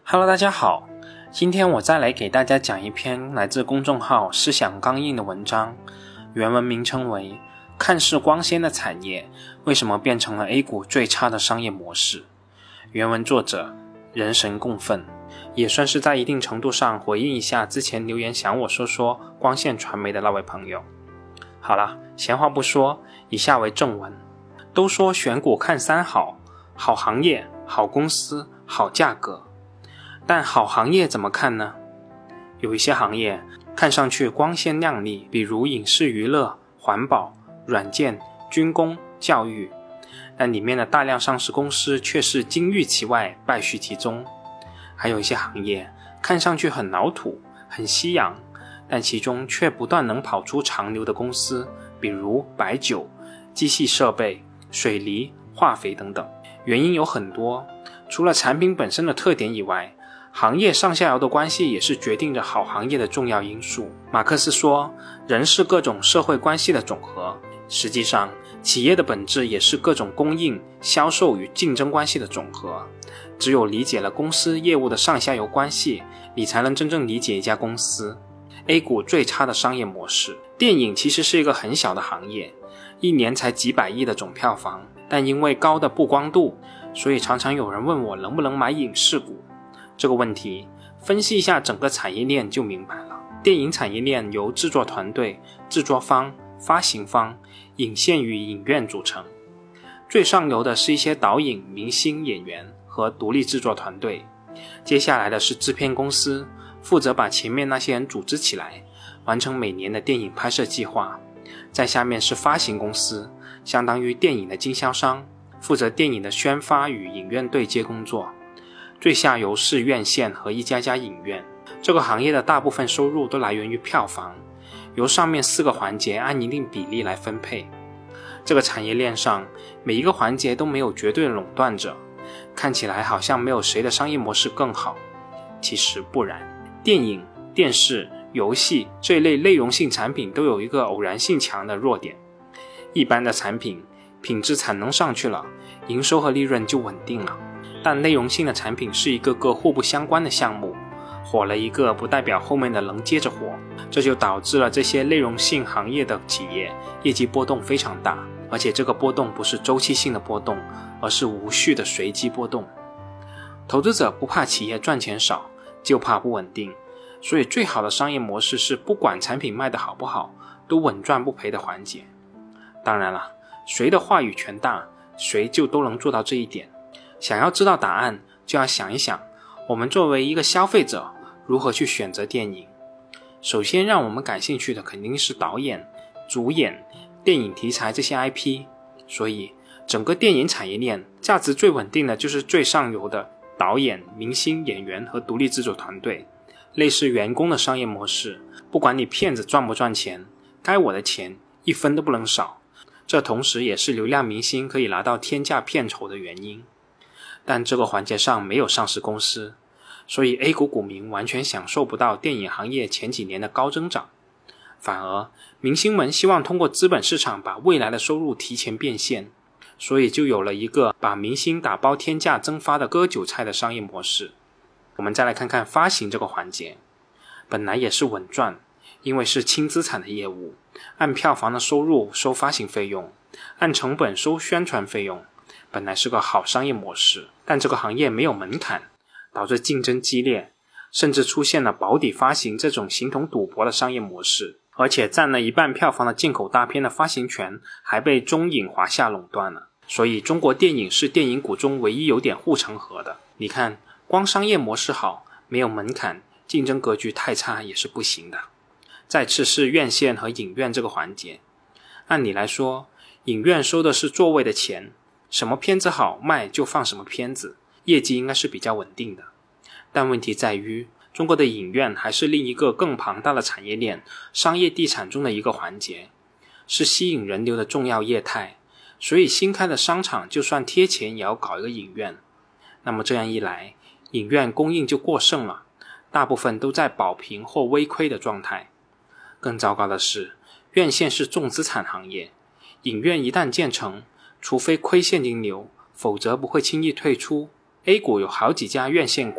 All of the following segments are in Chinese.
Hello， 大家好，今天我再来给大家讲一篇来自公众号思想刚硬的文章，原文名称为看似光鲜的产业为什么变成了 A 股最差的商业模式。原文作者人神共愤，也算是在一定程度上回应一下之前留言想我说说光线传媒的那位朋友。好了，闲话不说，以下为正文。都说选股看三好，好行业、好公司、好价格。但好行业怎么看呢？有一些行业看上去光鲜亮丽，比如影视娱乐、环保、软件、军工、教育，但里面的大量上市公司却是金玉其外，败絮其中。还有一些行业看上去很老土、很西洋，但其中却不断能跑出长流的公司，比如白酒、机器设备、水泥、化肥等等。原因有很多，除了产品本身的特点以外，行业上下游的关系也是决定着好行业的重要因素。马克思说，人是各种社会关系的总和，实际上企业的本质也是各种供应、销售与竞争关系的总和。只有理解了公司业务的上下游关系，你才能真正理解一家公司。A 股最差的商业模式。电影其实是一个很小的行业，一年才几百亿的总票房，但因为高的曝光度，所以常常有人问我能不能买影视股。这个问题分析一下整个产业链就明白了。电影产业链由制作团队、制作方、发行方、影线与影院组成。最上游的是一些导演、明星、演员和独立制作团队，接下来的是制片公司，负责把前面那些人组织起来，完成每年的电影拍摄计划。再下面是发行公司，相当于电影的经销商，负责电影的宣发与影院对接工作。最下游是院线和一家家影院，这个行业的大部分收入都来源于票房，由上面4个环节按一定比例来分配。这个产业链上每一个环节都没有绝对垄断者，看起来好像没有谁的商业模式更好，其实不然。电影、电视、游戏这一类内容性产品都有一个偶然性强的弱点，一般的产品品质产能上去了，营收和利润就稳定了，但内容性的产品是一个个互不相关的项目，火了一个不代表后面的能接着火，这就导致了这些内容性行业的企业业绩波动非常大，而且这个波动不是周期性的波动，而是无序的随机波动。投资者不怕企业赚钱少，就怕不稳定，所以最好的商业模式是不管产品卖得好不好，都稳赚不赔的环节。当然了，谁的话语权大，谁就都能做到这一点。想要知道答案，就要想一想我们作为一个消费者如何去选择电影。首先让我们感兴趣的肯定是导演、主演、电影题材这些 IP， 所以整个电影产业链价值最稳定的就是最上游的导演、明星、演员和独立制作团队，类似员工的商业模式，不管你片子赚不赚钱，该我的钱一分都不能少，这同时也是流量明星可以拿到天价片酬的原因。但这个环节上没有上市公司，所以 A 股股民完全享受不到电影行业前几年的高增长，反而明星们希望通过资本市场把未来的收入提前变现，所以就有了一个把明星打包天价蒸发的割韭菜的商业模式。我们再来看看发行这个环节，本来也是稳赚，因为是轻资产的业务，按票房的收入收发行费用，按成本收宣传费用，本来是个好商业模式，但这个行业没有门槛，导致竞争激烈，甚至出现了保底发行这种形同赌博的商业模式，而且占了一半票房的进口大片的发行权还被中影华夏垄断了。所以中国电影是电影股中唯一有点护城河的。你看，光商业模式好，没有门槛，竞争格局太差也是不行的。再次是院线和影院这个环节，按理来说，影院收的是座位的钱，什么片子好卖就放什么片子，业绩应该是比较稳定的。但问题在于，中国的影院还是另一个更庞大的产业链，商业地产中的一个环节，是吸引人流的重要业态，所以新开的商场就算贴钱也要搞一个影院。那么这样一来，影院供应就过剩了，大部分都在保平或微亏的状态。更糟糕的是，院线是重资产行业，影院一旦建成，除非亏现金流，否则不会轻易退出。A 股有好几家院线股，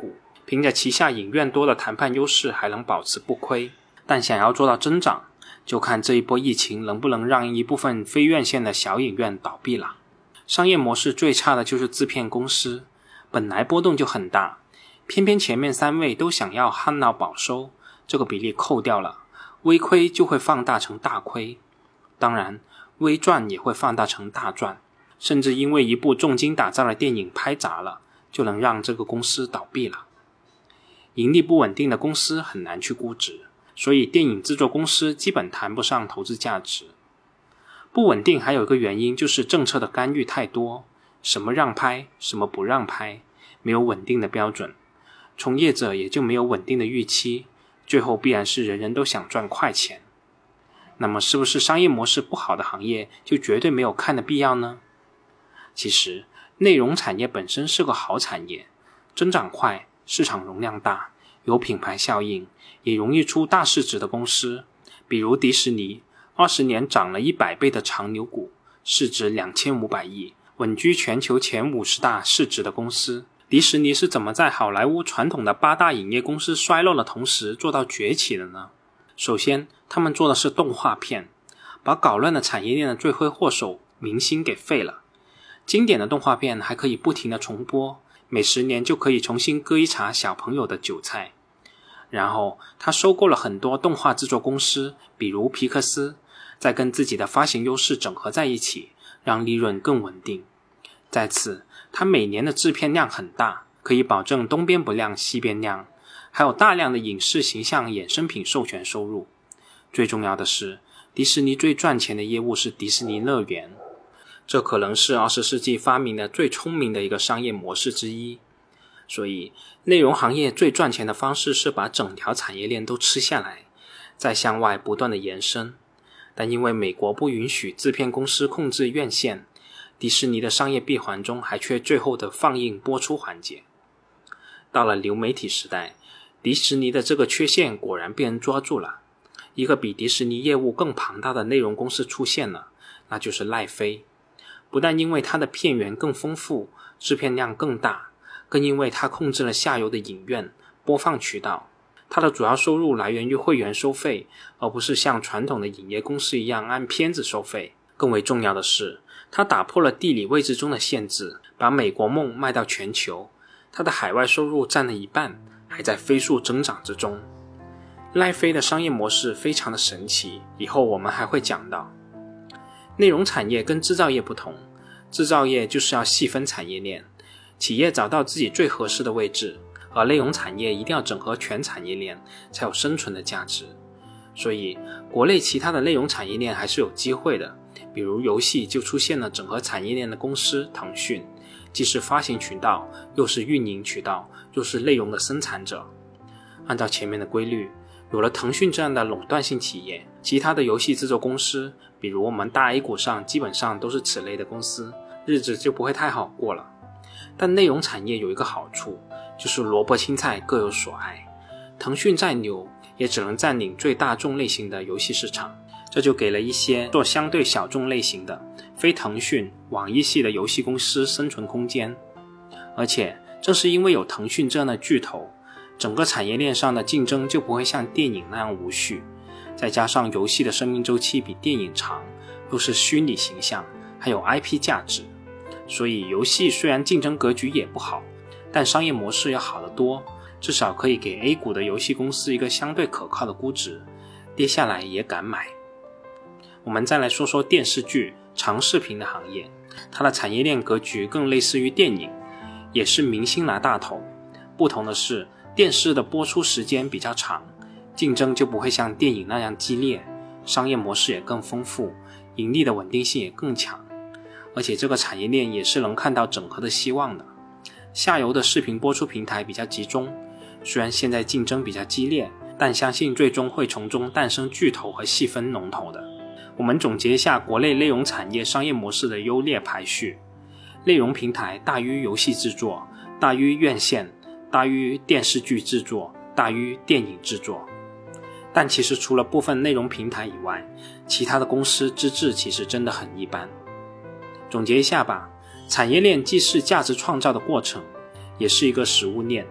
凭着旗下影院多的谈判优势还能保持不亏，但想要做到增长，就看这一波疫情能不能让一部分非院线的小影院倒闭了。商业模式最差的就是制片公司，本来波动就很大，偏偏前面3位都想要旱涝保收，这个比例扣掉了，微亏就会放大成大亏，当然微赚也会放大成大赚，甚至因为一部重金打造的电影拍砸了，就能让这个公司倒闭了。盈利不稳定的公司很难去估值，所以电影制作公司基本谈不上投资价值。不稳定还有一个原因就是政策的干预太多，什么让拍，什么不让拍，没有稳定的标准，从业者也就没有稳定的预期，最后必然是人人都想赚快钱。那么是不是商业模式不好的行业就绝对没有看的必要呢？其实内容产业本身是个好产业，增长快，市场容量大，有品牌效应，也容易出大市值的公司，比如迪士尼20年涨了100倍的长牛股，市值2500亿，稳居全球前50大市值的公司。迪士尼是怎么在好莱坞传统的8大影业公司衰落的同时做到崛起的呢？首先，他们做的是动画片，把搞乱的产业链的罪魁祸首明星给废了。经典的动画片还可以不停的重播，每10年就可以重新割一茬小朋友的韭菜。然后他收购了很多动画制作公司，比如皮克斯，再跟自己的发行优势整合在一起，让利润更稳定。再次，他每年的制片量很大，可以保证东边不亮西边亮，还有大量的影视形象衍生品授权收入。最重要的是，迪士尼最赚钱的业务是迪士尼乐园，这可能是20世纪发明的最聪明的一个商业模式之一。所以内容行业最赚钱的方式是把整条产业链都吃下来，再向外不断的延伸。但因为美国不允许制片公司控制院线，迪士尼的商业闭环中还缺最后的放映播出环节。到了流媒体时代，迪士尼的这个缺陷果然被人抓住了，一个比迪士尼业务更庞大的内容公司出现了，那就是奈飞。不但因为它的片源更丰富，制片量更大，更因为它控制了下游的影院、播放渠道。它的主要收入来源于会员收费，而不是像传统的影业公司一样按片子收费。更为重要的是，它打破了地理位置中的限制，把美国梦卖到全球。它的海外收入占了1半，还在飞速增长之中。奈飞的商业模式非常的神奇，以后我们还会讲到。内容产业跟制造业不同，制造业就是要细分产业链，企业找到自己最合适的位置，而内容产业一定要整合全产业链，才有生存的价值。所以国内其他的内容产业链还是有机会的，比如游戏就出现了整合产业链的公司腾讯，既是发行渠道，又是运营渠道，又是内容的生产者。按照前面的规律，有了腾讯这样的垄断性企业，其他的游戏制作公司，比如我们大 A 股上基本上都是此类的公司，日子就不会太好过了。但内容产业有一个好处，就是萝卜青菜各有所爱，腾讯再牛也只能占领最大众类型的游戏市场，这就给了一些做相对小众类型的非腾讯、网易系的游戏公司生存空间。而且正是因为有腾讯这样的巨头，整个产业链上的竞争就不会像电影那样无序，再加上游戏的生命周期比电影长，又是虚拟形象，还有 IP 价值，所以游戏虽然竞争格局也不好，但商业模式要好得多，至少可以给 A 股的游戏公司一个相对可靠的估值，跌下来也敢买。我们再来说说电视剧、长视频的行业，它的产业链格局更类似于电影，也是明星拿大头。不同的是，电视的播出时间比较长，竞争就不会像电影那样激烈，商业模式也更丰富，盈利的稳定性也更强。而且这个产业链也是能看到整合的希望的。下游的视频播出平台比较集中，虽然现在竞争比较激烈，但相信最终会从中诞生巨头和细分龙头的。我们总结一下国内内容产业商业模式的优劣排序：内容平台大于游戏制作，大于院线，大于电视剧制作，大于电影制作。但其实除了部分内容平台以外，其他的公司资质其实真的很一般。总结一下吧，产业链既是价值创造的过程，也是一个食物链，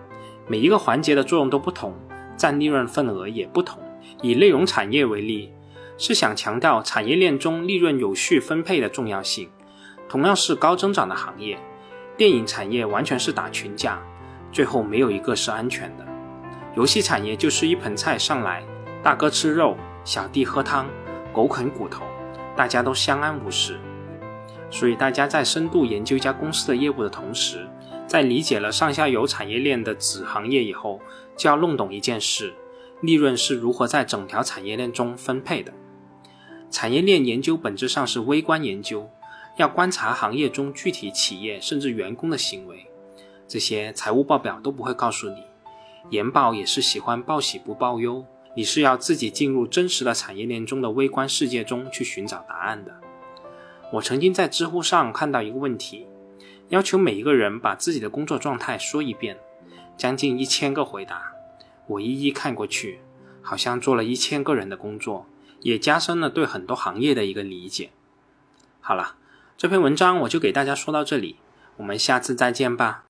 每一个环节的作用都不同，占利润份额也不同。以内容产业为例，是想强调产业链中利润有序分配的重要性。同样是高增长的行业，电影产业完全是打群架，最后没有一个是安全的。游戏产业就是一盆菜上来，大哥吃肉，小弟喝汤，狗啃骨头，大家都相安无事。所以大家在深度研究一家公司的业务的同时，在理解了上下游产业链的子行业以后，就要弄懂一件事，利润是如何在整条产业链中分配的。产业链研究本质上是微观研究，要观察行业中具体企业甚至员工的行为，这些财务报表都不会告诉你，研报也是喜欢报喜不报忧，你是要自己进入真实的产业链中的微观世界中去寻找答案的。我曾经在知乎上看到一个问题，要求每一个人把自己的工作状态说一遍，将近1000个回答，我一一看过去，好像做了1000个人的工作，也加深了对很多行业的一个理解。好了，这篇文章我就给大家说到这里，我们下次再见吧。